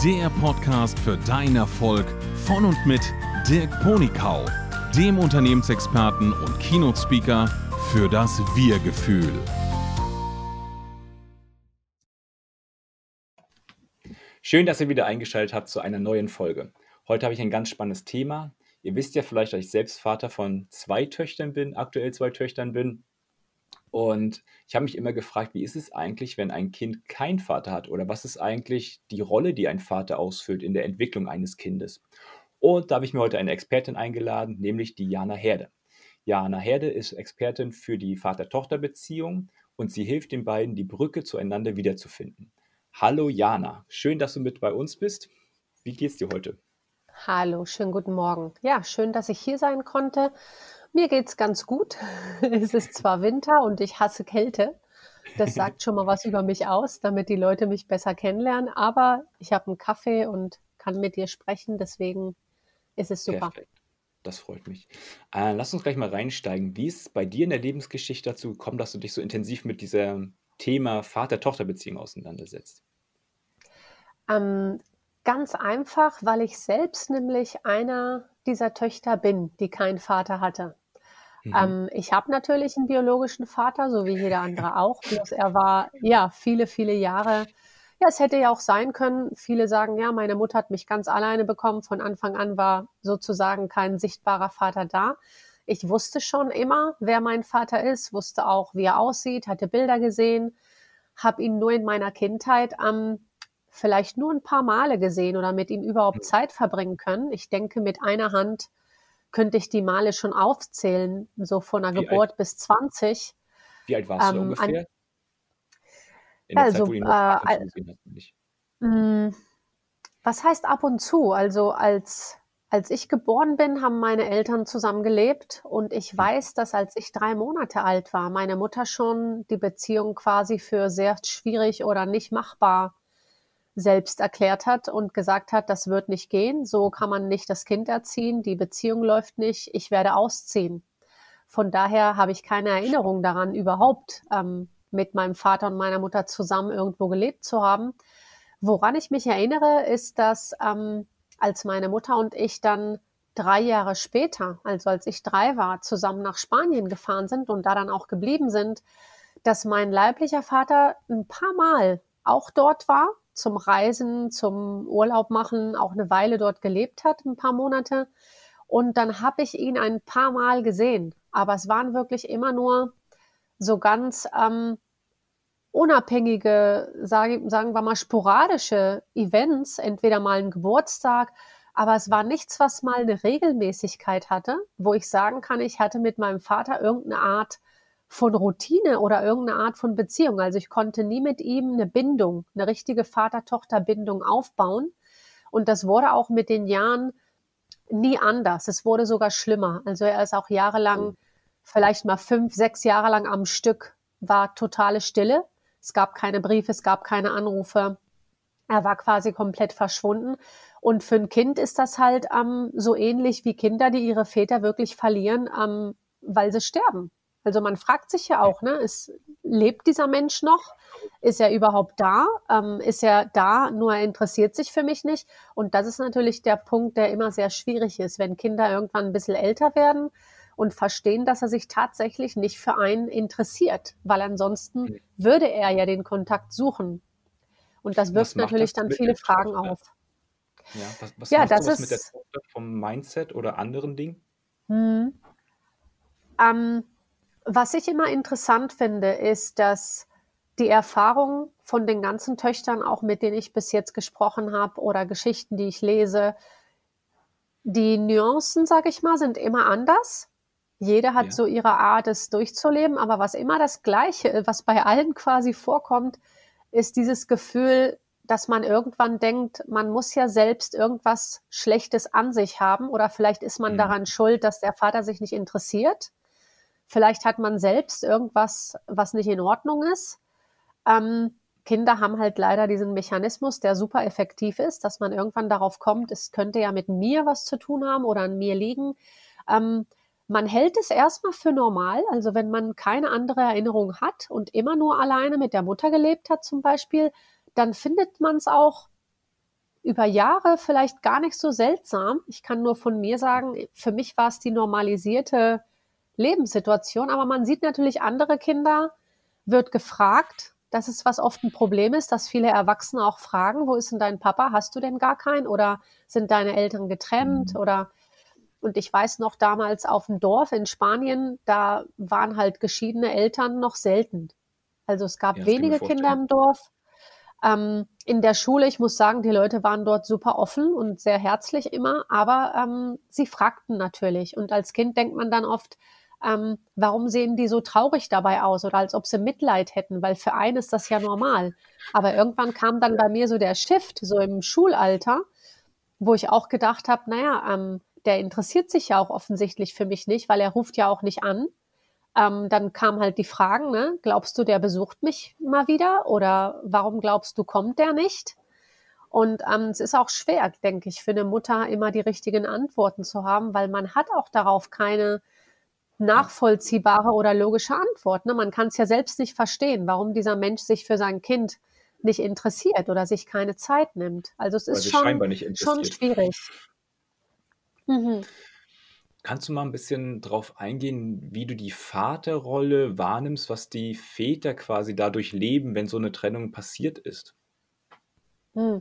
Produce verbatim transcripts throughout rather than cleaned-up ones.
der Podcast für deinen Erfolg von und mit Dirk Ponickau, dem Unternehmensexperten und Keynote-Speaker für das Wir-Gefühl. Schön, dass ihr wieder eingeschaltet habt zu einer neuen Folge. Heute habe ich ein ganz spannendes Thema. Ihr wisst ja vielleicht, dass ich selbst Vater von zwei Töchtern bin, aktuell zwei Töchtern bin. Und ich habe mich immer gefragt, wie ist es eigentlich, wenn ein Kind keinen Vater hat? Oder was ist eigentlich die Rolle, die ein Vater ausfüllt in der Entwicklung eines Kindes? Und da habe ich mir heute eine Expertin eingeladen, nämlich die Jana Herde. Jana Herde ist Expertin für die Vater-Tochter-Beziehung und sie hilft den beiden, die Brücke zueinander wiederzufinden. Hallo Jana, schön, dass du mit bei uns bist. Wie geht's dir heute? Hallo, schönen guten Morgen. Ja, schön, dass ich hier sein konnte. Mir geht's ganz gut. Es ist zwar Winter und ich hasse Kälte. Das sagt schon mal was über mich aus, damit die Leute mich besser kennenlernen. Aber ich habe einen Kaffee und kann mit dir sprechen, deswegen ist es super. Perfekt, das freut mich. Äh, lass uns gleich mal reinsteigen. Wie ist es bei dir in der Lebensgeschichte dazu gekommen, dass du dich so intensiv mit diesem Thema Vater-Tochter-Beziehung auseinandersetzt? Ähm, ganz einfach, weil ich selbst nämlich einer dieser Töchter bin, die keinen Vater hatte. Mhm. Ähm, ich habe natürlich einen biologischen Vater, so wie jeder andere auch, bloß er war, ja, viele, viele Jahre ja, es hätte ja auch sein können, viele sagen, ja, meine Mutter hat mich ganz alleine bekommen, von Anfang an war sozusagen kein sichtbarer Vater da. Ich wusste schon immer, wer mein Vater ist, wusste auch, wie er aussieht, hatte Bilder gesehen, habe ihn nur in meiner Kindheit ähm, vielleicht nur ein paar Male gesehen oder mit ihm überhaupt Zeit verbringen können. Ich denke, mit einer Hand könnte ich die Male schon aufzählen, so von der Wie Geburt alt, bis zwanzig. wie alt warst du da Ähm, an, ungefähr? In der Zeit, wo also, du ihn nur ab und zu äh, gesehen hast, nicht? mh, was heißt ab und zu? Also als, als ich geboren bin, haben meine Eltern zusammen gelebt und ich Mhm. weiß, dass als ich drei Monate alt war, meine Mutter schon die Beziehung quasi für sehr schwierig oder nicht machbar selbst erklärt hat und gesagt hat, das wird nicht gehen, so kann man nicht das Kind erziehen, die Beziehung läuft nicht, ich werde ausziehen. Von daher habe ich keine Erinnerung daran, überhaupt ähm, mit meinem Vater und meiner Mutter zusammen irgendwo gelebt zu haben. Woran ich mich erinnere, ist, dass ähm, als meine Mutter und ich dann drei Jahre später, also als ich drei war, zusammen nach Spanien gefahren sind und da dann auch geblieben sind, dass mein leiblicher Vater ein paar Mal auch dort war, zum Reisen, zum Urlaub machen, auch eine Weile dort gelebt hat, ein paar Monate. Und dann habe ich ihn ein paar Mal gesehen. Aber es waren wirklich immer nur so ganz ähm, unabhängige, sage, sagen wir mal, sporadische Events, entweder mal ein Geburtstag, aber es war nichts, was mal eine Regelmäßigkeit hatte, wo ich sagen kann, ich hatte mit meinem Vater irgendeine Art von Routine oder irgendeine Art von Beziehung. Also ich konnte nie mit ihm eine Bindung, eine richtige Vater-Tochter-Bindung aufbauen. Und das wurde auch mit den Jahren nie anders. Es wurde sogar schlimmer. Also er ist auch Oh. jahrelang, vielleicht mal fünf, sechs Jahre lang am Stück, war totale Stille. Es gab keine Briefe, es gab keine Anrufe. Er war quasi komplett verschwunden. Und für ein Kind ist das halt ähm, so ähnlich wie Kinder, die ihre Väter wirklich verlieren, ähm, weil sie sterben. Also man fragt sich ja auch, ne, ist, lebt dieser Mensch noch? Ist er überhaupt da? Ähm, ist er da, nur er interessiert sich für mich nicht? Und das ist natürlich der Punkt, der immer sehr schwierig ist, wenn Kinder irgendwann ein bisschen älter werden und verstehen, dass er sich tatsächlich nicht für einen interessiert, weil ansonsten Mhm. würde er ja den Kontakt suchen. Und das Was wirft macht natürlich das dann mit der viele Fragen Tochter? auf. Ja, was, was Ja, macht das sowas mit der ist, Tochter vom Mindset oder anderen Dingen? hm, ähm, was ich immer interessant finde, ist, dass die Erfahrung von den ganzen Töchtern, auch mit denen ich bis jetzt gesprochen habe, oder Geschichten, die ich lese, die Nuancen, sage ich mal, sind immer anders. Jeder hat Ja. so ihre Art, es durchzuleben, aber was immer das Gleiche, was bei allen quasi vorkommt, ist dieses Gefühl, dass man irgendwann denkt, man muss ja selbst irgendwas Schlechtes an sich haben oder vielleicht ist man Mhm. daran schuld, dass der Vater sich nicht interessiert. Vielleicht hat man selbst irgendwas, was nicht in Ordnung ist. Ähm, Kinder haben halt leider diesen Mechanismus, der super effektiv ist, dass man irgendwann darauf kommt, es könnte ja mit mir was zu tun haben oder an mir liegen. Ähm, man hält es erstmal für normal, also wenn man keine andere Erinnerung hat und immer nur alleine mit der Mutter gelebt hat zum Beispiel, dann findet man es auch über Jahre vielleicht gar nicht so seltsam. Ich kann nur von mir sagen, für mich war es die normalisierte Lebenssituation, aber man sieht natürlich andere Kinder, wird gefragt. Das ist, was oft ein Problem ist, dass viele Erwachsene auch fragen, wo ist denn dein Papa? Hast du denn gar keinen? Oder sind deine Eltern getrennt? Mhm. Oder und ich weiß noch damals auf dem Dorf in Spanien, da waren halt geschiedene Eltern noch selten. Also es gab Ja, das kann ich mir wenige Kinder vorstellen. im Dorf. Ähm, in der Schule, ich muss sagen, die Leute waren dort super offen und sehr herzlich immer, aber ähm, sie fragten natürlich. Und als Kind denkt man dann oft, ähm, warum sehen die so traurig dabei aus oder als ob sie Mitleid hätten, weil für einen ist das ja normal. Aber irgendwann kam dann bei mir so der Shift, so im Schulalter, wo ich auch gedacht habe, naja, ähm, der interessiert sich ja auch offensichtlich für mich nicht, weil er ruft ja auch nicht an. Ähm, dann kamen halt die Fragen, ne? Glaubst du, der besucht mich mal wieder? Oder warum glaubst du, kommt der nicht? Und ähm, es ist auch schwer, denke ich, für eine Mutter immer die richtigen Antworten zu haben, weil man hat auch darauf keine Ja. nachvollziehbare oder logische Antwort. Ne? Man kann es ja selbst nicht verstehen, warum dieser Mensch sich für sein Kind nicht interessiert oder sich keine Zeit nimmt. Also es Weil ist sich schon, scheinbar nicht schon interessiert. schwierig. Mhm. Kannst du mal ein bisschen drauf eingehen, wie du die Vaterrolle wahrnimmst, was die Väter quasi dadurch leben, wenn so eine Trennung passiert ist? Hm.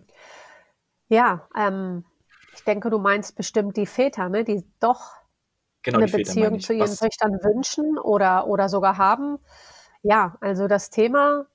Ja, ähm, ich denke, du meinst bestimmt die Väter, ne, die doch Genau, eine die Väter meine Beziehung ich. zu ihren Was Töchtern wünschen oder oder sogar haben. Ja, also das Thema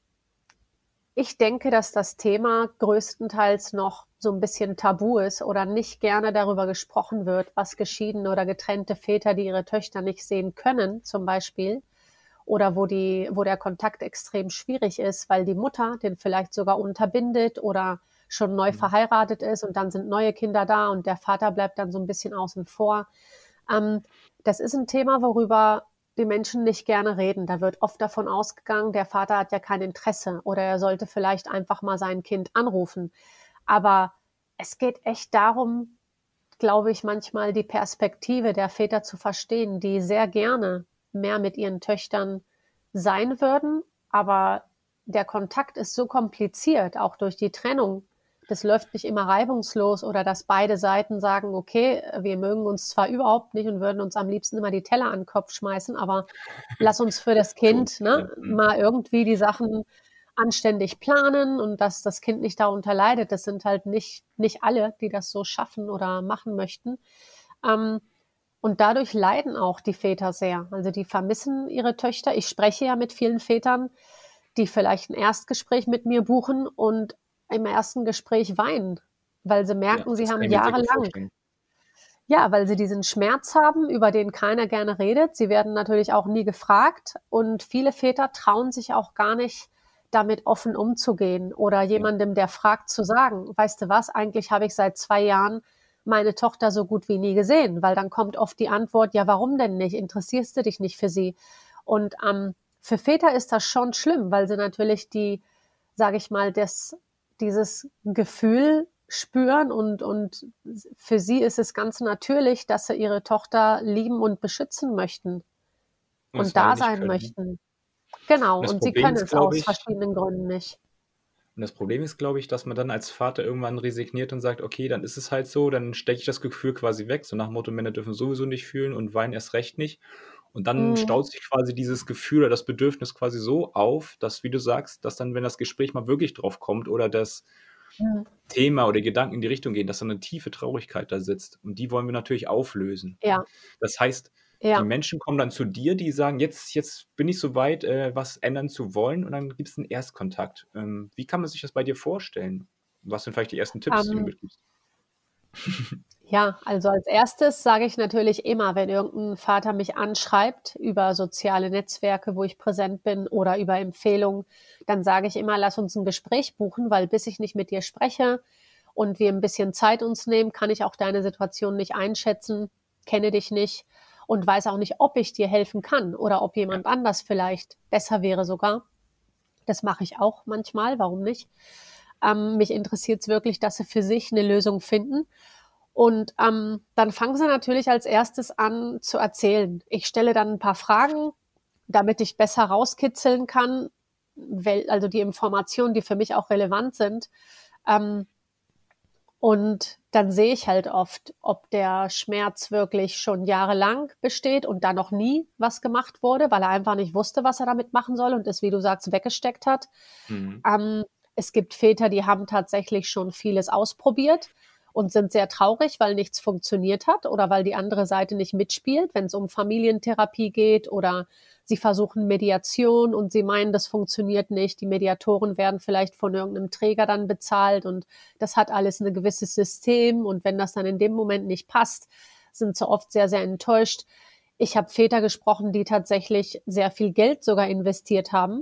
ich denke, dass das Thema größtenteils noch so ein bisschen tabu ist oder nicht gerne darüber gesprochen wird, was geschiedene oder getrennte Väter, die ihre Töchter nicht sehen können, zum Beispiel, oder wo die wo der Kontakt extrem schwierig ist, weil die Mutter den vielleicht sogar unterbindet oder schon neu Mhm. verheiratet ist und dann sind neue Kinder da und der Vater bleibt dann so ein bisschen außen vor. Ähm, Das ist ein Thema, worüber die Menschen nicht gerne reden. Da wird oft davon ausgegangen, der Vater hat ja kein Interesse oder er sollte vielleicht einfach mal sein Kind anrufen. Aber es geht echt darum, glaube ich, manchmal die Perspektive der Väter zu verstehen, die sehr gerne mehr mit ihren Töchtern sein würden, aber der Kontakt ist so kompliziert, auch durch die Trennung. Das läuft nicht immer reibungslos oder dass beide Seiten sagen, okay, wir mögen uns zwar überhaupt nicht und würden uns am liebsten immer die Teller an den Kopf schmeißen, aber lass uns für das Für uns, Kind ja. ne, Mhm. mal irgendwie die Sachen anständig planen und dass das Kind nicht darunter leidet. Das sind halt nicht, nicht alle, die das so schaffen oder machen möchten. Ähm, und dadurch leiden auch die Väter sehr. Also die vermissen ihre Töchter. Ich spreche ja mit vielen Vätern, die vielleicht ein Erstgespräch mit mir buchen und im ersten Gespräch weinen, weil sie Ja, merken, sie das haben kann ich mir sehr gut jahrelang vorstellen. ja, weil sie diesen Schmerz haben, über den keiner gerne redet. Sie werden natürlich auch nie gefragt und viele Väter trauen sich auch gar nicht, damit offen umzugehen oder Ja. jemandem, der fragt, zu sagen, weißt du was, eigentlich habe ich seit zwei Jahren meine Tochter so gut wie nie gesehen, weil dann kommt oft die Antwort, ja, warum denn nicht? Interessierst du dich nicht für sie? Und ähm, für Väter ist das schon schlimm, weil sie natürlich die, sage ich mal, das, dieses Gefühl spüren und, und für sie ist es ganz natürlich, dass sie ihre Tochter lieben und beschützen möchten Und es und leider da nicht sein können, ne? möchten. Genau, Und das und sie Problem können ist, es glaube aus ich verschiedenen Gründen nicht. und das Problem ist, glaube ich, dass man dann als Vater irgendwann resigniert und sagt: „Okay, dann ist es halt so, dann stecke ich das Gefühl quasi weg“, so nach dem Motto: „Männer dürfen sowieso nicht fühlen und weinen erst recht nicht.“ Und dann Mhm. staut sich quasi dieses Gefühl oder das Bedürfnis quasi so auf, dass, wie du sagst, dass dann, wenn das Gespräch mal wirklich drauf kommt oder das Mhm. Thema oder Gedanken in die Richtung gehen, dass so 'ne tiefe Traurigkeit da sitzt und die wollen wir natürlich auflösen. Ja, Das heißt, die ja. Menschen kommen dann zu dir, die sagen: „Jetzt jetzt bin ich so weit, äh, was ändern zu wollen“, und dann gibt's 'n Erstkontakt. Ähm, wie kann man sich das bei dir vorstellen? Was sind vielleicht die ersten Tipps, die du Ähm, mitgibst? ja, also als erstes sage ich natürlich immer, wenn irgendein Vater mich anschreibt über soziale Netzwerke, wo ich präsent bin oder über Empfehlungen, dann sage ich immer, lass uns ein Gespräch buchen, weil bis ich nicht mit dir spreche und wir ein bisschen Zeit uns nehmen, kann ich auch deine Situation nicht einschätzen, kenne dich nicht und weiß auch nicht, ob ich dir helfen kann oder ob Ja, jemand anders vielleicht besser wäre sogar. Das mache ich auch manchmal, warum nicht? Ähm, mich interessiert es wirklich, dass sie für sich eine Lösung finden. Und ähm, dann fangen sie natürlich als erstes an zu erzählen. Ich stelle dann ein paar Fragen, damit ich besser rauskitzeln kann, wel, also die Informationen, die für mich auch relevant sind. Ähm, Und dann sehe ich halt oft, ob der Schmerz wirklich schon jahrelang besteht und da noch nie was gemacht wurde, weil er einfach nicht wusste, was er damit machen soll und es, wie du sagst, weggesteckt hat. Mhm. Ähm, es gibt Väter, die haben tatsächlich schon vieles ausprobiert und sind sehr traurig, weil nichts funktioniert hat oder weil die andere Seite nicht mitspielt, wenn es um Familientherapie geht oder sie versuchen Mediation und sie meinen, das funktioniert nicht. Die Mediatoren werden vielleicht von irgendeinem Träger dann bezahlt und das hat alles ein gewisses System und wenn das dann in dem Moment nicht passt, sind sie oft sehr, sehr enttäuscht. Ich habe Väter gesprochen, die tatsächlich sehr viel Geld sogar investiert haben,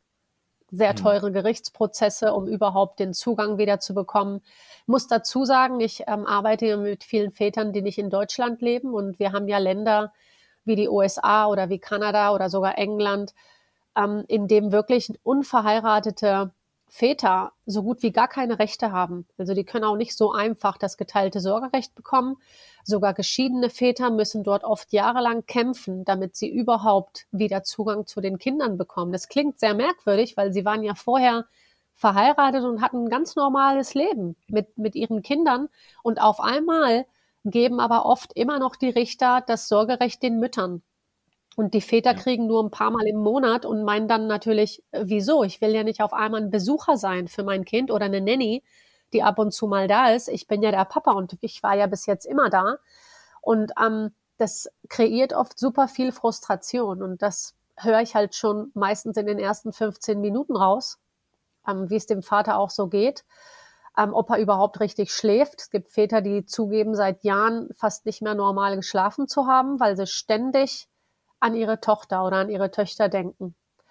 sehr Mhm. teure Gerichtsprozesse, um überhaupt den Zugang wieder zu bekommen. Ich muss dazu sagen, ich ähm, arbeite mit vielen Vätern, die nicht in Deutschland leben und wir haben ja Länder wie die U S A oder wie Kanada oder sogar England, ähm, in dem wirklich unverheiratete Väter so gut wie gar keine Rechte haben. Also die können auch nicht so einfach das geteilte Sorgerecht bekommen. Sogar geschiedene Väter müssen dort oft jahrelang kämpfen, damit sie überhaupt wieder Zugang zu den Kindern bekommen. Das klingt sehr merkwürdig, weil sie waren ja vorher verheiratet und hatten ein ganz normales Leben mit, mit ihren Kindern. Und auf einmal geben aber oft immer noch die Richter das Sorgerecht den Müttern. Und die Väter Ja. kriegen nur ein paar Mal im Monat und meinen dann natürlich, äh, wieso? Ich will ja nicht auf einmal ein Besucher sein für mein Kind oder eine Nanny, die ab und zu mal da ist. Ich bin ja der Papa und ich war ja bis jetzt immer da. Und ähm, das kreiert oft super viel Frustration. Und das höre ich halt schon meistens in den ersten fünfzehn Minuten raus, ähm, wie es dem Vater auch so geht, ähm, ob er überhaupt richtig schläft. Es gibt Väter, die zugeben, seit Jahren fast nicht mehr normal geschlafen zu haben, weil sie ständig an ihre Tochter oder an ihre Töchter denken.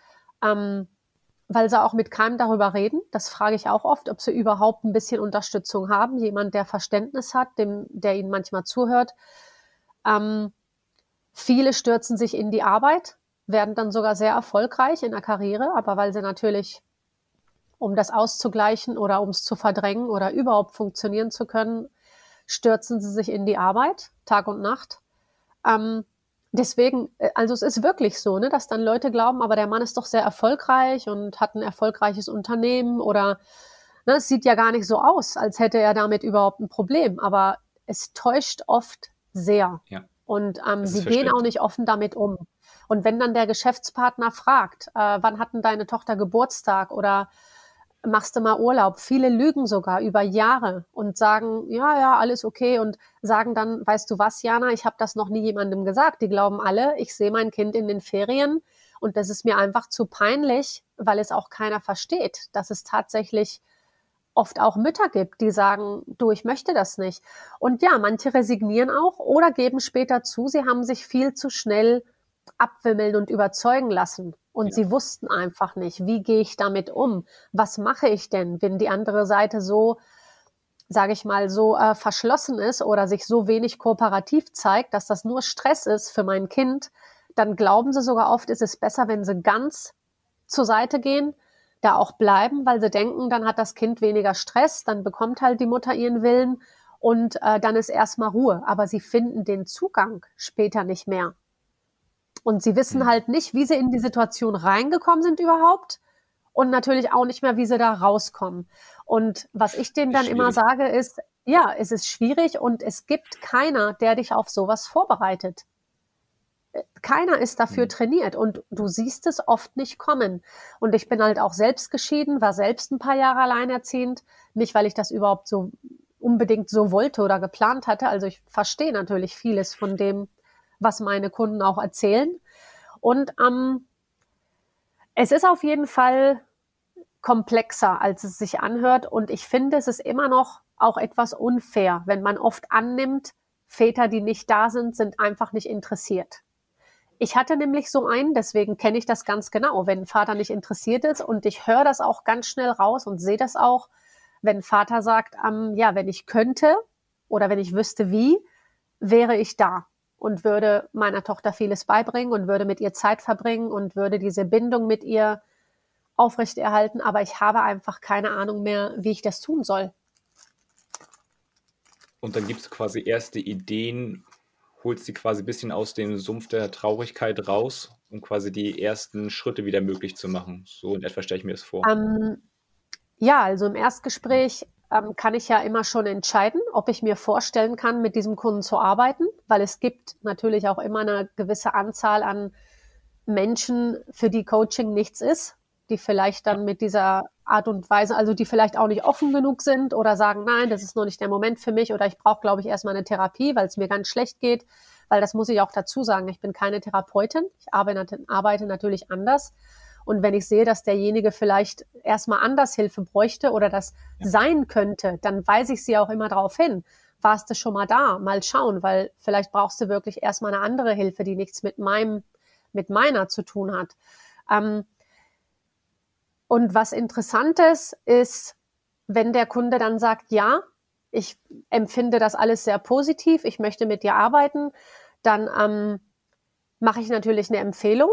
Ähm, weil sie auch mit keinem darüber reden. Das frage ich auch oft, ob sie überhaupt ein bisschen Unterstützung haben. Jemand, der Verständnis hat, dem, der ihnen manchmal zuhört. Ähm, viele stürzen sich in die Arbeit, werden dann sogar sehr erfolgreich in der Karriere, aber weil sie natürlich, um das auszugleichen oder um es zu verdrängen oder überhaupt funktionieren zu können, stürzen sie sich in die Arbeit, Tag und Nacht. Ähm, deswegen, also es ist wirklich so, ne, dass dann Leute glauben, aber der Mann ist doch sehr erfolgreich und hat ein erfolgreiches Unternehmen oder ne, es sieht ja gar nicht so aus, als hätte er damit überhaupt ein Problem, aber es täuscht oft sehr. Ja. Und ähm, Das sie ist gehen auch verständlich. nicht offen damit um. Und wenn dann der Geschäftspartner fragt, äh, wann hat denn deine Tochter Geburtstag oder machst du mal Urlaub? Viele lügen sogar über Jahre und sagen, ja, ja, alles okay und sagen dann, weißt du was, Jana, ich habe das noch nie jemandem gesagt. Die glauben alle, ich sehe mein Kind in den Ferien und das ist mir einfach zu peinlich, weil es auch keiner versteht, dass es tatsächlich oft auch Mütter gibt, die sagen, du, ich möchte das nicht. Und ja, manche resignieren auch oder geben später zu, sie haben sich viel zu schnell abwimmeln und überzeugen lassen. Und Ja. sie wussten einfach nicht, wie gehe ich damit um? Was mache ich denn, wenn die andere Seite so, sage ich mal, so äh, verschlossen ist oder sich so wenig kooperativ zeigt, dass das nur Stress ist für mein Kind? Dann glauben sie sogar oft, ist es besser, wenn sie ganz zur Seite gehen, da auch bleiben, weil sie denken, dann hat das Kind weniger Stress, dann bekommt halt die Mutter ihren Willen und äh, dann ist erstmal Ruhe. Aber sie finden den Zugang später nicht mehr. Und sie wissen Hm. halt nicht, wie sie in die Situation reingekommen sind überhaupt und natürlich auch nicht mehr, wie sie da rauskommen. Und was ich denen dann immer Schwierig. sage, ist, ja, es ist schwierig und es gibt keiner, der dich auf sowas vorbereitet. Keiner ist dafür Hm. trainiert und du siehst es oft nicht kommen. Und ich bin halt auch selbst geschieden, war selbst ein paar Jahre alleinerziehend, nicht weil ich das überhaupt so unbedingt so wollte oder geplant hatte. Also ich verstehe natürlich vieles von dem, was meine Kunden auch erzählen. Und ähm, es ist auf jeden Fall komplexer, als es sich anhört. Und ich finde, es ist immer noch auch etwas unfair, wenn man oft annimmt, Väter, die nicht da sind, sind einfach nicht interessiert. Ich hatte nämlich so einen, deswegen kenne ich das ganz genau, wenn ein Vater nicht interessiert ist und ich höre das auch ganz schnell raus und sehe das auch, wenn ein Vater sagt, ähm, ja, wenn ich könnte oder wenn ich wüsste wie, wäre ich da und würde meiner Tochter vieles beibringen und würde mit ihr Zeit verbringen und würde diese Bindung mit ihr aufrechterhalten, aber ich habe einfach keine Ahnung mehr, wie ich das tun soll. Und dann gibst du quasi erste Ideen, holst die quasi ein bisschen aus dem Sumpf der Traurigkeit raus, um quasi die ersten Schritte wieder möglich zu machen. So in etwa stelle ich mir das vor. Ähm, ja, also im Erstgespräch ähm, kann ich ja immer schon entscheiden, ob ich mir vorstellen kann, mit diesem Kunden zu arbeiten, weil es gibt natürlich auch immer eine gewisse Anzahl an Menschen, für die Coaching nichts ist, die vielleicht dann mit dieser Art und Weise, also die vielleicht auch nicht offen genug sind oder sagen, nein, das ist noch nicht der Moment für mich oder ich brauche, glaube ich, erstmal eine Therapie, weil es mir ganz schlecht geht, weil das muss ich auch dazu sagen, ich bin keine Therapeutin, ich arbeite, arbeite natürlich anders. Und wenn ich sehe, dass derjenige vielleicht erstmal anders Hilfe bräuchte oder das ja. sein könnte, dann weise ich sie auch immer darauf hin. Warst du schon mal da? Mal schauen, weil vielleicht brauchst du wirklich erstmal eine andere Hilfe, die nichts mit meinem, mit meiner zu tun hat. Ähm, und was Interessantes ist, wenn der Kunde dann sagt, ja, ich empfinde das alles sehr positiv, ich möchte mit dir arbeiten, dann ähm, mache ich natürlich eine Empfehlung.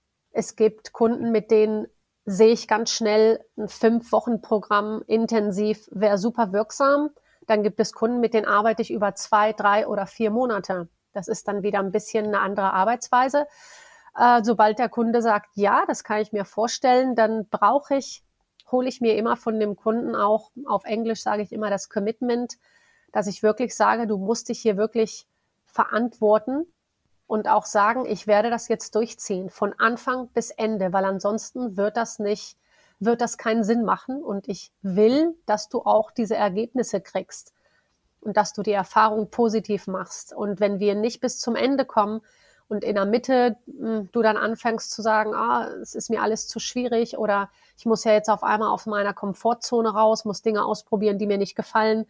Es gibt Kunden, mit denen sehe ich ganz schnell ein Fünf-Wochen-Programm intensiv, wäre super wirksam. Dann gibt es Kunden, mit denen arbeite ich über zwei, drei oder vier Monate. Das ist dann wieder ein bisschen eine andere Arbeitsweise. Äh, sobald der Kunde sagt, ja, das kann ich mir vorstellen, dann brauche ich, hole ich mir immer von dem Kunden auch, auf Englisch sage ich immer das Commitment, dass ich wirklich sage, du musst dich hier wirklich verantworten und auch sagen, ich werde das jetzt durchziehen, von Anfang bis Ende, weil ansonsten wird das nicht, wird das keinen Sinn machen und ich will, dass du auch diese Ergebnisse kriegst und dass du die Erfahrung positiv machst. Und wenn wir nicht bis zum Ende kommen und in der Mitte mh, du dann anfängst zu sagen, ah, es ist mir alles zu schwierig oder ich muss ja jetzt auf einmal aus meiner Komfortzone raus, muss Dinge ausprobieren, die mir nicht gefallen.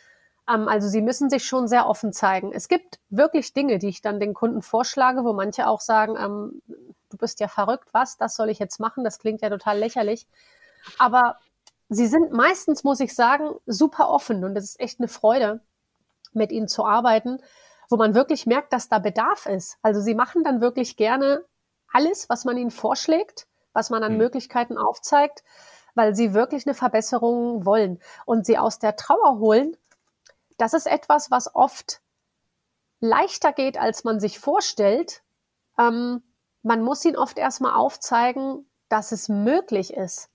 Also sie müssen sich schon sehr offen zeigen. Es gibt wirklich Dinge, die ich dann den Kunden vorschlage, wo manche auch sagen, ähm, du bist ja verrückt, was, das soll ich jetzt machen, das klingt ja total lächerlich. Aber sie sind meistens, muss ich sagen, super offen und es ist echt eine Freude, mit ihnen zu arbeiten, wo man wirklich merkt, dass da Bedarf ist. Also sie machen dann wirklich gerne alles, was man ihnen vorschlägt, was man an mhm. Möglichkeiten aufzeigt, weil sie wirklich eine Verbesserung wollen und sie aus der Trauer holen. Das ist etwas, was oft leichter geht, als man sich vorstellt. Ähm, man muss ihnen oft erstmal aufzeigen, dass es möglich ist,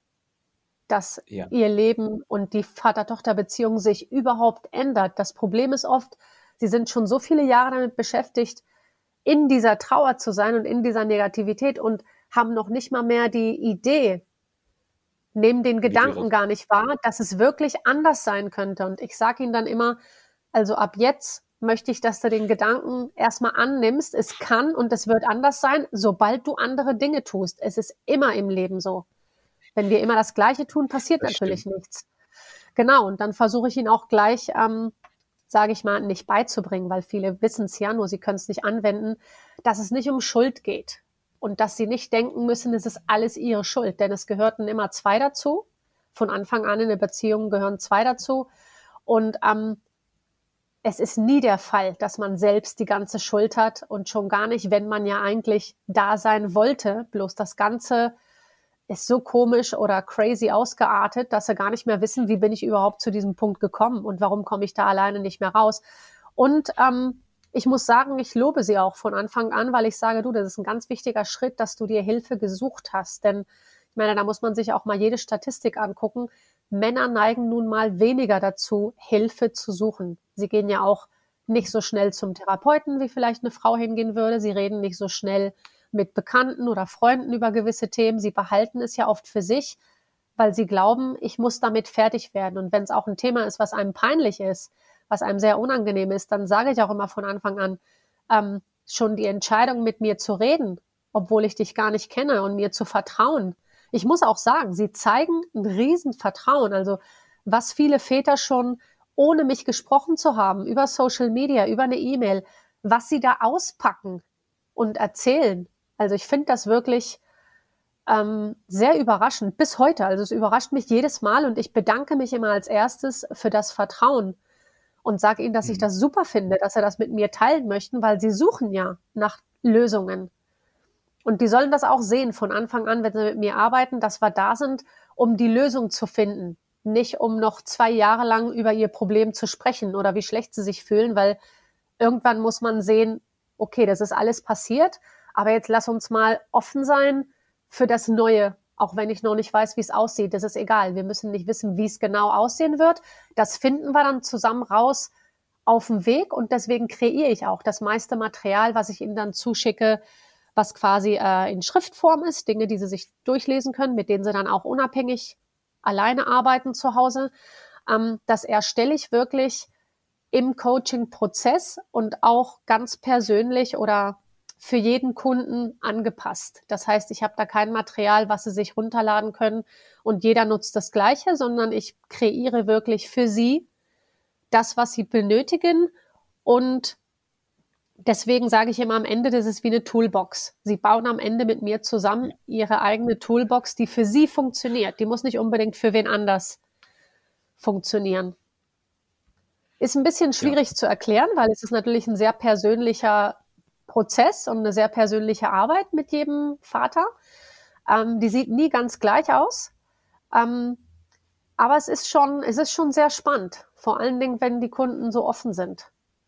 dass ja. ihr Leben und die Vater-Tochter-Beziehung sich überhaupt ändert. Das Problem ist oft, sie sind schon so viele Jahre damit beschäftigt, in dieser Trauer zu sein und in dieser Negativität und haben noch nicht mal mehr die Idee, nehmen den Gedanken gar nicht wahr, dass es wirklich anders sein könnte. Und ich sage ihnen dann immer, also ab jetzt möchte ich, dass du den Gedanken erstmal annimmst. Es kann und es wird anders sein, sobald du andere Dinge tust. Es ist immer im Leben so. Wenn wir immer das Gleiche tun, passiert das natürlich stimmt. nichts. Genau, und dann versuche ich ihnen auch gleich, ähm, sage ich mal, nicht beizubringen, weil viele wissen es ja, nur sie können es nicht anwenden, dass es nicht um Schuld geht. Und dass sie nicht denken müssen, es ist alles ihre Schuld. Denn es gehörten immer zwei dazu. Von Anfang an in der Beziehung gehören zwei dazu. Und ähm, es ist nie der Fall, dass man selbst die ganze Schuld hat. Und schon gar nicht, wenn man ja eigentlich da sein wollte. Bloß das Ganze ist so komisch oder crazy ausgeartet, dass sie gar nicht mehr wissen, wie bin ich überhaupt zu diesem Punkt gekommen und warum komme ich da alleine nicht mehr raus. Und ähm, ich muss sagen, ich lobe sie auch von Anfang an, weil ich sage, du, das ist ein ganz wichtiger Schritt, dass du dir Hilfe gesucht hast. Denn ich meine, da muss man sich auch mal jede Statistik angucken. Männer neigen nun mal weniger dazu, Hilfe zu suchen. Sie gehen ja auch nicht so schnell zum Therapeuten, wie vielleicht eine Frau hingehen würde. Sie reden nicht so schnell mit Bekannten oder Freunden über gewisse Themen. Sie behalten es ja oft für sich, weil sie glauben, ich muss damit fertig werden. Und wenn es auch ein Thema ist, was einem peinlich ist, was einem sehr unangenehm ist, dann sage ich auch immer von Anfang an, ähm, schon die Entscheidung, mit mir zu reden, obwohl ich dich gar nicht kenne und mir zu vertrauen. Ich muss auch sagen, sie zeigen ein Riesenvertrauen. Also was viele Väter schon, ohne mich gesprochen zu haben, über Social Media, über eine E-Mail, was sie da auspacken und erzählen. Also ich finde das wirklich ähm, sehr überraschend, bis heute. Also es überrascht mich jedes Mal und ich bedanke mich immer als erstes für das Vertrauen. Und sage ihnen, dass ich das super finde, dass sie das mit mir teilen möchten, weil sie suchen ja nach Lösungen. Und die sollen das auch sehen von Anfang an, wenn sie mit mir arbeiten, dass wir da sind, um die Lösung zu finden. Nicht um noch zwei Jahre lang über ihr Problem zu sprechen oder wie schlecht sie sich fühlen, weil irgendwann muss man sehen, okay, das ist alles passiert, aber jetzt lass uns mal offen sein für das Neue Auch wenn ich noch nicht weiß, wie es aussieht, das ist egal. Wir müssen nicht wissen, wie es genau aussehen wird. Das finden wir dann zusammen raus auf dem Weg und deswegen kreiere ich auch das meiste Material, was ich Ihnen dann zuschicke, was quasi äh, in Schriftform ist, Dinge, die Sie sich durchlesen können, mit denen Sie dann auch unabhängig alleine arbeiten zu Hause. Ähm, das erstelle ich wirklich im Coaching-Prozess und auch ganz persönlich oder für jeden Kunden angepasst. Das heißt, ich habe da kein Material, was Sie sich runterladen können und jeder nutzt das Gleiche, sondern ich kreiere wirklich für Sie das, was Sie benötigen. Und deswegen sage ich immer am Ende, das ist wie eine Toolbox. Sie bauen am Ende mit mir zusammen Ihre eigene Toolbox, die für Sie funktioniert. Die muss nicht unbedingt für wen anders funktionieren. Ist ein bisschen schwierig ja. zu erklären, weil es ist natürlich ein sehr persönlicher Prozess und eine sehr persönliche Arbeit mit jedem Vater. Ähm, die sieht nie ganz gleich aus. Ähm, aber es ist schon, es ist schon sehr spannend. Vor allen Dingen, wenn die Kunden so offen sind.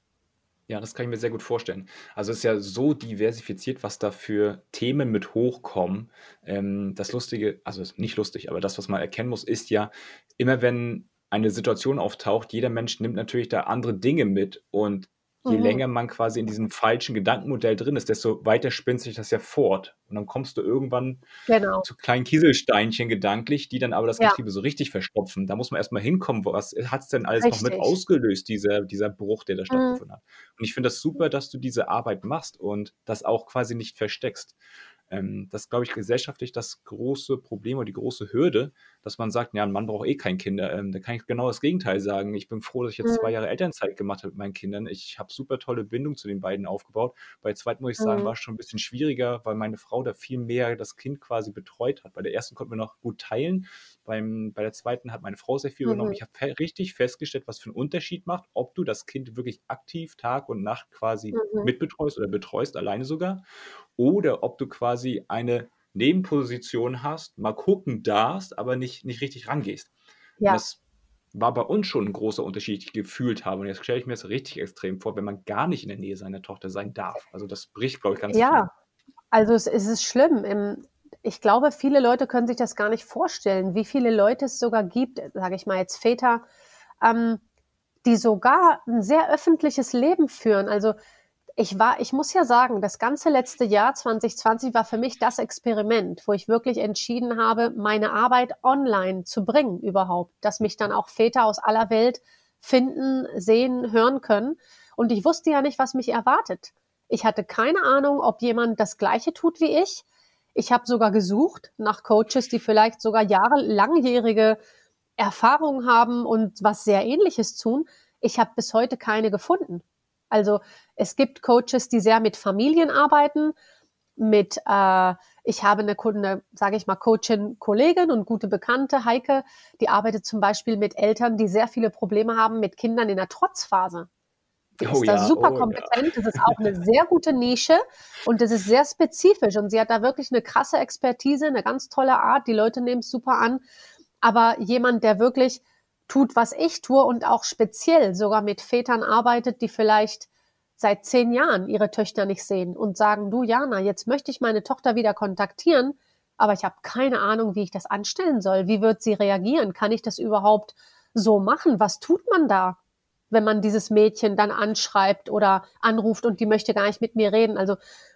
Ja, das kann ich mir sehr gut vorstellen. Also es ist ja so diversifiziert, was da für Themen mit hochkommen. Ähm, das Lustige, also nicht lustig, aber das, was man erkennen muss, ist ja, immer wenn eine Situation auftaucht, jeder Mensch nimmt natürlich da andere Dinge mit und je mhm. länger man quasi in diesem falschen Gedankenmodell drin ist, desto weiter spinnt sich das ja fort. Und dann kommst du irgendwann genau. zu kleinen Kieselsteinchen gedanklich, die dann aber das ja. Getriebe so richtig verstopfen. Da muss man erstmal hinkommen, was hat es denn alles richtig. noch mit ausgelöst, dieser, dieser Bruch, der da stattgefunden mhm. hat. Und ich finde das super, dass du diese Arbeit machst und das auch quasi nicht versteckst. Ähm, das ist, glaube ich, gesellschaftlich das große Problem oder die große Hürde, dass man sagt, ja, ein Mann braucht eh keine Kinder. Ähm, da kann ich genau das Gegenteil sagen. Ich bin froh, dass ich jetzt mhm. zwei Jahre Elternzeit gemacht habe mit meinen Kindern. Ich habe super tolle Bindung zu den beiden aufgebaut. Bei der zweiten, muss ich sagen, mhm. war es schon ein bisschen schwieriger, weil meine Frau da viel mehr das Kind quasi betreut hat. Bei der ersten konnten wir noch gut teilen. Beim, bei der zweiten hat meine Frau sehr viel mhm. übernommen. Ich habe fe- richtig festgestellt, was für einen Unterschied macht, ob du das Kind wirklich aktiv Tag und Nacht quasi mhm. mitbetreust oder betreust, alleine sogar, oder ob du quasi eine Nebenposition hast, mal gucken darfst, aber nicht, nicht richtig rangehst. Ja. Das war bei uns schon ein großer Unterschied, den ich gefühlt habe. Und jetzt stelle ich mir das richtig extrem vor, wenn man gar nicht in der Nähe seiner Tochter sein darf. Also das bricht, glaube ich, ganz ja. viel. Ja, also es, es ist schlimm. Ich glaube, viele Leute können sich das gar nicht vorstellen, wie viele Leute es sogar gibt, sage ich mal jetzt Väter, ähm, die sogar ein sehr öffentliches Leben führen. Also Ich war, ich muss ja sagen, das ganze letzte Jahr zwanzig zwanzig war für mich das Experiment, wo ich wirklich entschieden habe, meine Arbeit online zu bringen überhaupt, dass mich dann auch Väter aus aller Welt finden, sehen, hören können. Und ich wusste ja nicht, was mich erwartet. Ich hatte keine Ahnung, ob jemand das Gleiche tut wie ich. Ich habe sogar gesucht nach Coaches, die vielleicht sogar Jahre, langjährige Erfahrung haben und was sehr Ähnliches tun. Ich habe bis heute keine gefunden. Also es gibt Coaches, die sehr mit Familien arbeiten, mit, äh, ich habe eine Kunde, sage ich mal, Coachin, Kollegin und gute Bekannte, Heike, die arbeitet zum Beispiel mit Eltern, die sehr viele Probleme haben mit Kindern in der Trotzphase. Die Oh ist da ja, super oh kompetent, das ist auch eine sehr gute Nische und das ist sehr spezifisch und sie hat da wirklich eine krasse Expertise, eine ganz tolle Art, die Leute nehmen es super an, aber jemand, der wirklich tut, was ich tue und auch speziell sogar mit Vätern arbeitet, die vielleicht seit zehn Jahren ihre Töchter nicht sehen und sagen, du Jana, jetzt möchte ich meine Tochter wieder kontaktieren, aber ich habe keine Ahnung, wie ich das anstellen soll. Wie wird sie reagieren? Kann ich das überhaupt so machen? Was tut man da, wenn man dieses Mädchen dann anschreibt oder anruft und die möchte gar nicht mit mir reden? Also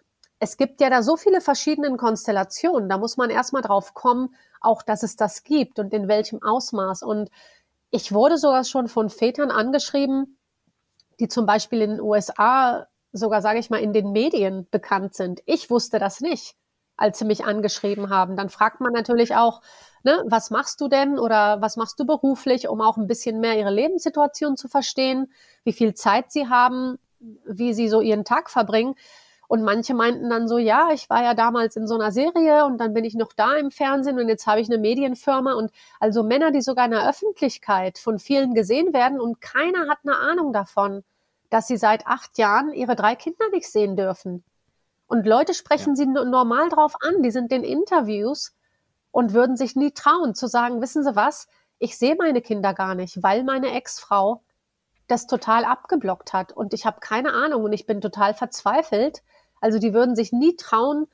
es gibt ja da so viele verschiedene Konstellationen. Da muss man erstmal drauf kommen, auch dass es das gibt und in welchem Ausmaß. Und ich wurde sogar schon von Vätern angeschrieben, die zum Beispiel in den U S A sogar, sage ich mal, in den Medien bekannt sind. Ich wusste das nicht, als sie mich angeschrieben haben. Dann fragt man natürlich auch, ne, was machst du denn oder was machst du beruflich, um auch ein bisschen mehr ihre Lebenssituation zu verstehen, wie viel Zeit sie haben, wie sie so ihren Tag verbringen. Und manche meinten dann so, ja, ich war ja damals in so einer Serie und dann bin ich noch da im Fernsehen und jetzt habe ich eine Medienfirma. Und also Männer, die sogar in der Öffentlichkeit von vielen gesehen werden und keiner hat eine Ahnung davon, dass sie seit acht Jahren ihre drei Kinder nicht sehen dürfen. Und Leute sprechen ja. sie normal drauf an, die sind in Interviews und würden sich nie trauen zu sagen, wissen Sie was, ich sehe meine Kinder gar nicht, weil meine Ex-Frau das total abgeblockt hat und ich habe keine Ahnung und ich bin total verzweifelt. Also die würden sich nie trauen,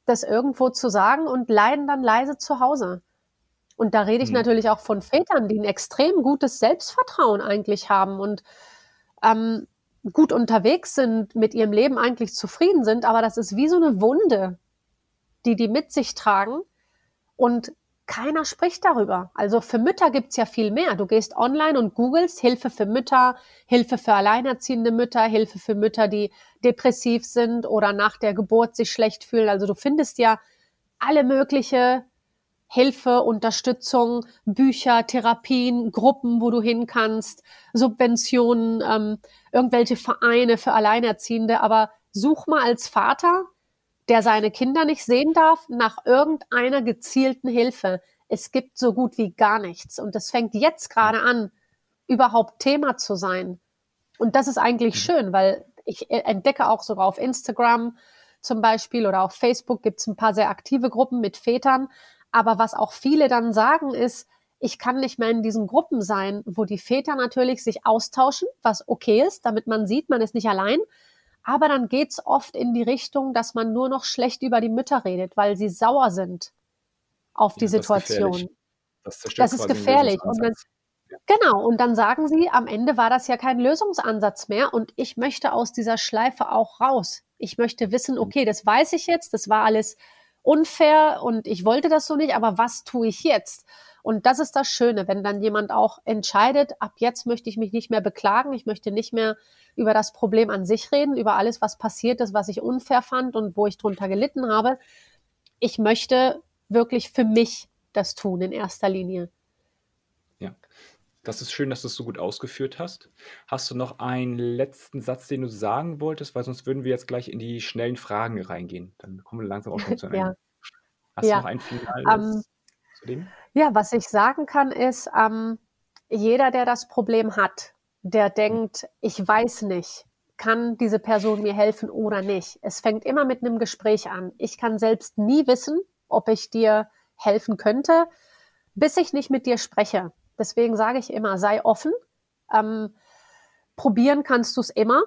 das irgendwo zu sagen und leiden dann leise zu Hause. Und da rede ich Mhm. natürlich auch von Vätern, die ein extrem gutes Selbstvertrauen eigentlich haben und ähm, gut unterwegs sind, mit ihrem Leben eigentlich zufrieden sind, aber das ist wie so eine Wunde, die die mit sich tragen und keiner spricht darüber. Also für Mütter gibt's ja viel mehr. Du gehst online und googelst Hilfe für Mütter, Hilfe für alleinerziehende Mütter, Hilfe für Mütter, die depressiv sind oder nach der Geburt sich schlecht fühlen. Also du findest ja alle mögliche Hilfe, Unterstützung, Bücher, Therapien, Gruppen, wo du hin kannst, Subventionen, ähm, irgendwelche Vereine für Alleinerziehende. Aber such mal als Vater, der seine Kinder nicht sehen darf, nach irgendeiner gezielten Hilfe. Es gibt so gut wie gar nichts. Und das fängt jetzt gerade an, überhaupt Thema zu sein. Und das ist eigentlich schön, weil ich entdecke auch sogar auf Instagram zum Beispiel oder auf Facebook gibt es ein paar sehr aktive Gruppen mit Vätern. Aber was auch viele dann sagen ist, ich kann nicht mehr in diesen Gruppen sein, wo die Väter natürlich sich austauschen, was okay ist, damit man sieht, man ist nicht allein. Aber dann geht's oft in die Richtung, dass man nur noch schlecht über die Mütter redet, weil sie sauer sind auf die Ja, das ist gefährlich. Situation. Das zerstört Das ist quasi den gefährlich. Und dann, Lösungsansatz. Ja. genau, und dann sagen sie, am Ende war das ja kein Lösungsansatz mehr und ich möchte aus dieser Schleife auch raus. Ich möchte wissen, okay, das weiß ich jetzt, das war alles unfair und ich wollte das so nicht, aber was tue ich jetzt? Und das ist das Schöne, wenn dann jemand auch entscheidet, ab jetzt möchte ich mich nicht mehr beklagen, ich möchte nicht mehr über das Problem an sich reden, über alles, was passiert ist, was ich unfair fand und wo ich drunter gelitten habe. Ich möchte wirklich für mich das tun in erster Linie. Ja, das ist schön, dass du es so gut ausgeführt hast. Hast du noch einen letzten Satz, den du sagen wolltest? Weil sonst würden wir jetzt gleich in die schnellen Fragen reingehen. Dann kommen wir langsam auch schon zu einem Ja, Ende. Hast du noch ja. ein Ähm, Finales zu dem? ja, was ich sagen kann, ist, ähm, jeder, der das Problem hat, der denkt, ich weiß nicht, kann diese Person mir helfen oder nicht. Es fängt immer mit einem Gespräch an. Ich kann selbst nie wissen, ob ich dir helfen könnte, bis ich nicht mit dir spreche. Deswegen sage ich immer, sei offen. Ähm, probieren kannst du es immer.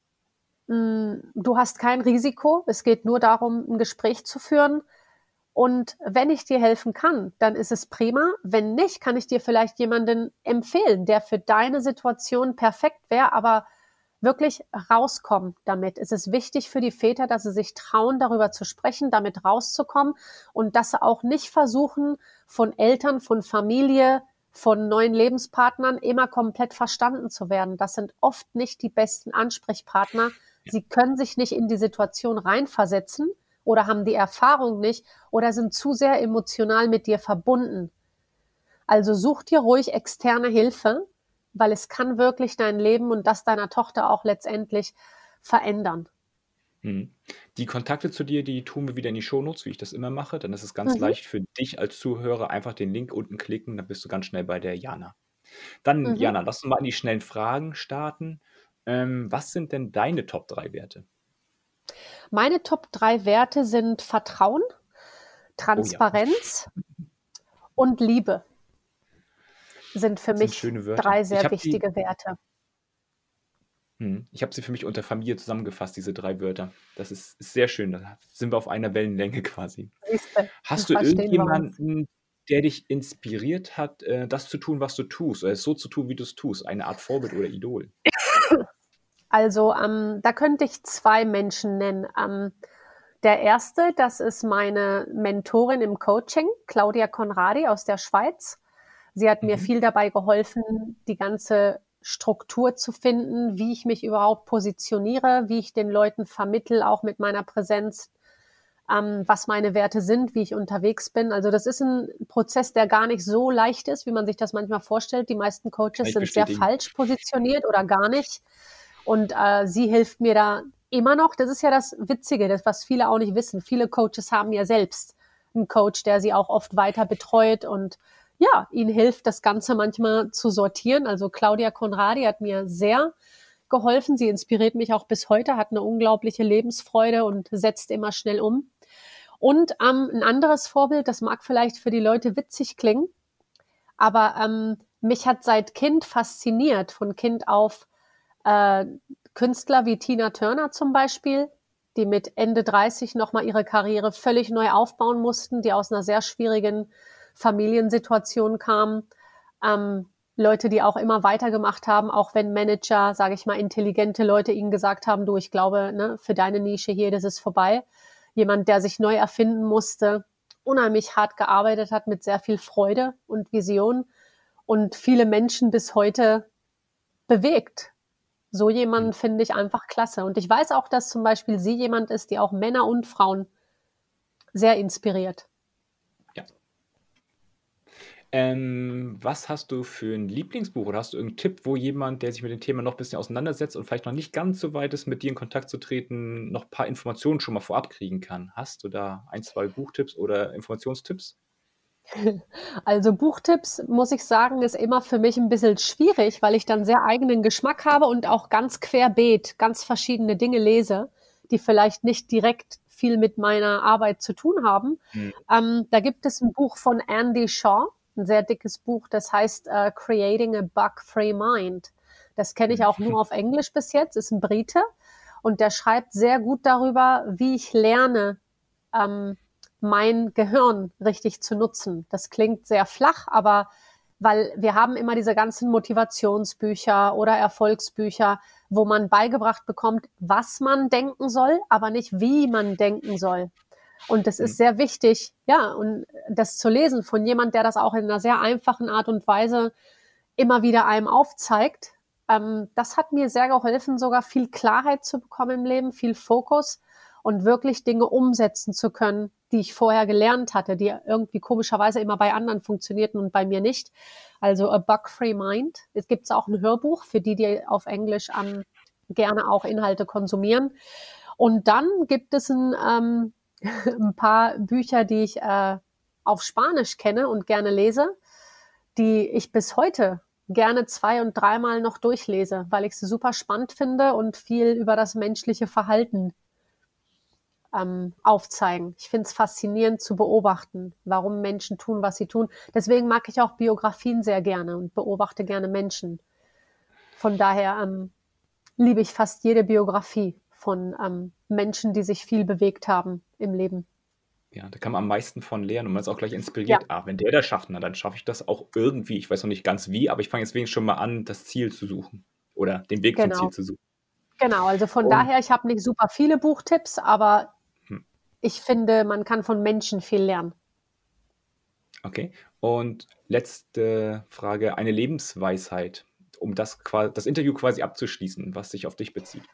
Mm, Du hast kein Risiko. Es geht nur darum, ein Gespräch zu führen. Und wenn ich dir helfen kann, dann ist es prima. Wenn nicht, kann ich dir vielleicht jemanden empfehlen, der für deine Situation perfekt wäre, aber wirklich rauskommen damit. Es ist wichtig für die Väter, dass sie sich trauen, darüber zu sprechen, damit rauszukommen und dass sie auch nicht versuchen, von Eltern, von Familie, von neuen Lebenspartnern immer komplett verstanden zu werden. Das sind oft nicht die besten Ansprechpartner. Sie können sich nicht in die Situation reinversetzen oder haben die Erfahrung nicht oder sind zu sehr emotional mit dir verbunden. Also such dir ruhig externe Hilfe, weil es kann wirklich dein Leben und das deiner Tochter auch letztendlich verändern. Mhm. Die Kontakte zu dir, die tun wir wieder in die Shownotes, wie ich das immer mache. Dann ist es ganz Mhm. leicht für dich als Zuhörer, einfach den Link unten klicken, dann bist du ganz schnell bei der Jana. Dann, Mhm. Jana, lass uns mal in die schnellen Fragen starten. Ähm, was sind denn deine Top drei Werte? Meine Top drei Werte sind Vertrauen, Oh ja. Transparenz und Liebe. Sind für Das sind mich schöne Wörter. drei Ich sehr habe die, wichtige Werte. hm, ich habe sie für mich unter Familie zusammengefasst, diese drei Wörter. Das ist, ist sehr schön. Da sind wir auf einer Wellenlänge quasi. Siehste, Hast du verstehen wir uns. irgendjemanden, der dich inspiriert hat, äh, das zu tun, was du tust, oder es so zu tun, wie du es tust? Eine Art Vorbild oder Idol? Also ähm, da könnte ich zwei Menschen nennen. Ähm, der erste, das ist meine Mentorin im Coaching, Claudia Conradi aus der Schweiz. Sie hat mir Mhm. viel dabei geholfen, die ganze Struktur zu finden, wie ich mich überhaupt positioniere, wie ich den Leuten vermittel, auch mit meiner Präsenz, ähm, was meine Werte sind, wie ich unterwegs bin. Also das ist ein Prozess, der gar nicht so leicht ist, wie man sich das manchmal vorstellt. Die meisten Kann Coaches ich sind sehr bestätigen. falsch positioniert oder gar nicht. Und äh, sie hilft mir da immer noch. Das ist ja das Witzige, das, was viele auch nicht wissen. Viele Coaches haben ja selbst einen Coach, der sie auch oft weiter betreut und ja, ihnen hilft, das Ganze manchmal zu sortieren. Also Claudia Conradi hat mir sehr geholfen. Sie inspiriert mich auch bis heute, hat eine unglaubliche Lebensfreude und setzt immer schnell um. Und ähm, ein anderes Vorbild, das mag vielleicht für die Leute witzig klingen, aber ähm, mich hat seit Kind fasziniert, von Kind auf äh, Künstler wie Tina Turner zum Beispiel, die mit Ende dreißig nochmal ihre Karriere völlig neu aufbauen mussten, die aus einer sehr schwierigen Familiensituation kamen. Ähm, Leute, die auch immer weitergemacht haben, auch wenn Manager, sage ich mal, intelligente Leute ihnen gesagt haben, du, ich glaube, ne, für deine Nische hier, das ist vorbei. Jemand, der sich neu erfinden musste, unheimlich hart gearbeitet hat mit sehr viel Freude und Vision und viele Menschen bis heute bewegt. So jemanden finde ich einfach klasse. Und ich weiß auch, dass zum Beispiel sie jemand ist, die auch Männer und Frauen sehr inspiriert. Ja. Ähm, was hast du für ein Lieblingsbuch oder hast du irgendeinen Tipp, wo jemand, der sich mit dem Thema noch ein bisschen auseinandersetzt und vielleicht noch nicht ganz so weit ist, mit dir in Kontakt zu treten, noch ein paar Informationen schon mal vorab kriegen kann? Hast du da ein, zwei Buchtipps oder Informationstipps? Also Buchtipps, muss ich sagen, ist immer für mich ein bisschen schwierig, weil ich dann sehr eigenen Geschmack habe und auch ganz querbeet ganz verschiedene Dinge lese, die vielleicht nicht direkt viel mit meiner Arbeit zu tun haben. Mhm. Ähm, da gibt es ein Buch von Andy Shaw, ein sehr dickes Buch, das heißt äh, Creating a Bug-Free Mind. Das kenne ich auch nur auf Englisch bis jetzt, ist ein Brite und der schreibt sehr gut darüber, wie ich lerne, ähm, mein Gehirn richtig zu nutzen. Das klingt sehr flach, aber weil wir haben immer diese ganzen Motivationsbücher oder Erfolgsbücher, wo man beigebracht bekommt, was man denken soll, aber nicht wie man denken soll. Und das ist sehr wichtig, ja, und das zu lesen von jemand, der das auch in einer sehr einfachen Art und Weise immer wieder einem aufzeigt. Ähm, das hat mir sehr geholfen, sogar viel Klarheit zu bekommen im Leben, viel Fokus und wirklich Dinge umsetzen zu können, die ich vorher gelernt hatte, die irgendwie komischerweise immer bei anderen funktionierten und bei mir nicht. Also A Bug-Free Mind. Es gibt auch ein Hörbuch für die, die auf Englisch ähm, gerne auch Inhalte konsumieren. Und dann gibt es ein, ähm, ein paar Bücher, die ich äh, auf Spanisch kenne und gerne lese, die ich bis heute gerne zwei- und dreimal noch durchlese, weil ich sie super spannend finde und viel über das menschliche Verhalten ähm, aufzeigen. Ich finde es faszinierend zu beobachten, warum Menschen tun, was sie tun. Deswegen mag ich auch Biografien sehr gerne und beobachte gerne Menschen. Von daher ähm, liebe ich fast jede Biografie von ähm, Menschen, die sich viel bewegt haben im Leben. Ja, da kann man am meisten von lernen und man ist auch gleich Ja, inspiriert. Ah, wenn der das schafft, na, dann schaffe ich das auch irgendwie. Ich weiß noch nicht ganz wie, aber ich fange jetzt wenigstens schon mal an, das Ziel zu suchen oder den Weg zum Ziel genau. zu suchen. Genau, also von Und daher, ich habe nicht super viele Buchtipps, aber hm, ich finde, man kann von Menschen viel lernen. okay. Und letzte Frage, eine Lebensweisheit, um das, qua- das Interview quasi abzuschließen, was sich auf dich bezieht.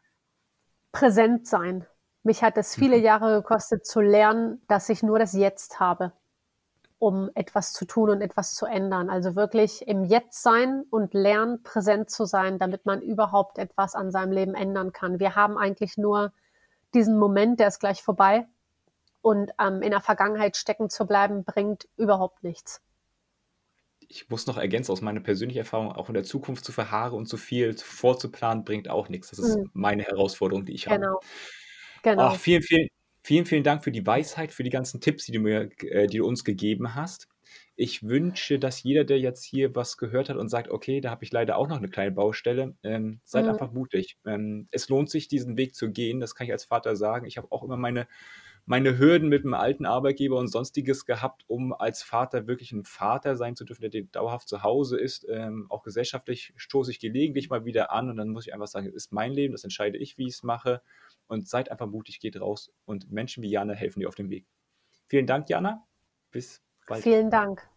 Präsent sein. Mich hat es viele Mhm. Jahre gekostet zu lernen, dass ich nur das Jetzt habe, um etwas zu tun und etwas zu ändern. Also wirklich im Jetzt sein und lernen, präsent zu sein, damit man überhaupt etwas an seinem Leben ändern kann. Wir haben eigentlich nur diesen Moment, der ist gleich vorbei. Und ähm, in der Vergangenheit stecken zu bleiben, bringt überhaupt nichts. Ich muss noch ergänzen, aus meiner persönlichen Erfahrung, auch in der Zukunft zu verharren und zu viel vorzuplanen, bringt auch nichts. Das ist Mhm. meine Herausforderung, die ich habe. Genau, Ach, genau. vielen, vielen, vielen, vielen Dank für die Weisheit, für die ganzen Tipps, die du mir, äh, die du uns gegeben hast. Ich wünsche, dass jeder, der jetzt hier was gehört hat und sagt, okay, da habe ich leider auch noch eine kleine Baustelle, ähm, seid Mhm. einfach mutig. Ähm, es lohnt sich, diesen Weg zu gehen. Das kann ich als Vater sagen. Ich habe auch immer meine, meine Hürden mit einem alten Arbeitgeber und sonstiges gehabt, um als Vater wirklich ein Vater sein zu dürfen, der dauerhaft zu Hause ist. Ähm, auch gesellschaftlich stoße ich gelegentlich mal wieder an und dann muss ich einfach sagen, es ist mein Leben, das entscheide ich, wie ich es mache. Und seid einfach mutig, geht raus und Menschen wie Jana helfen dir auf dem Weg. Vielen Dank, Jana. Bis bald. Vielen Dank.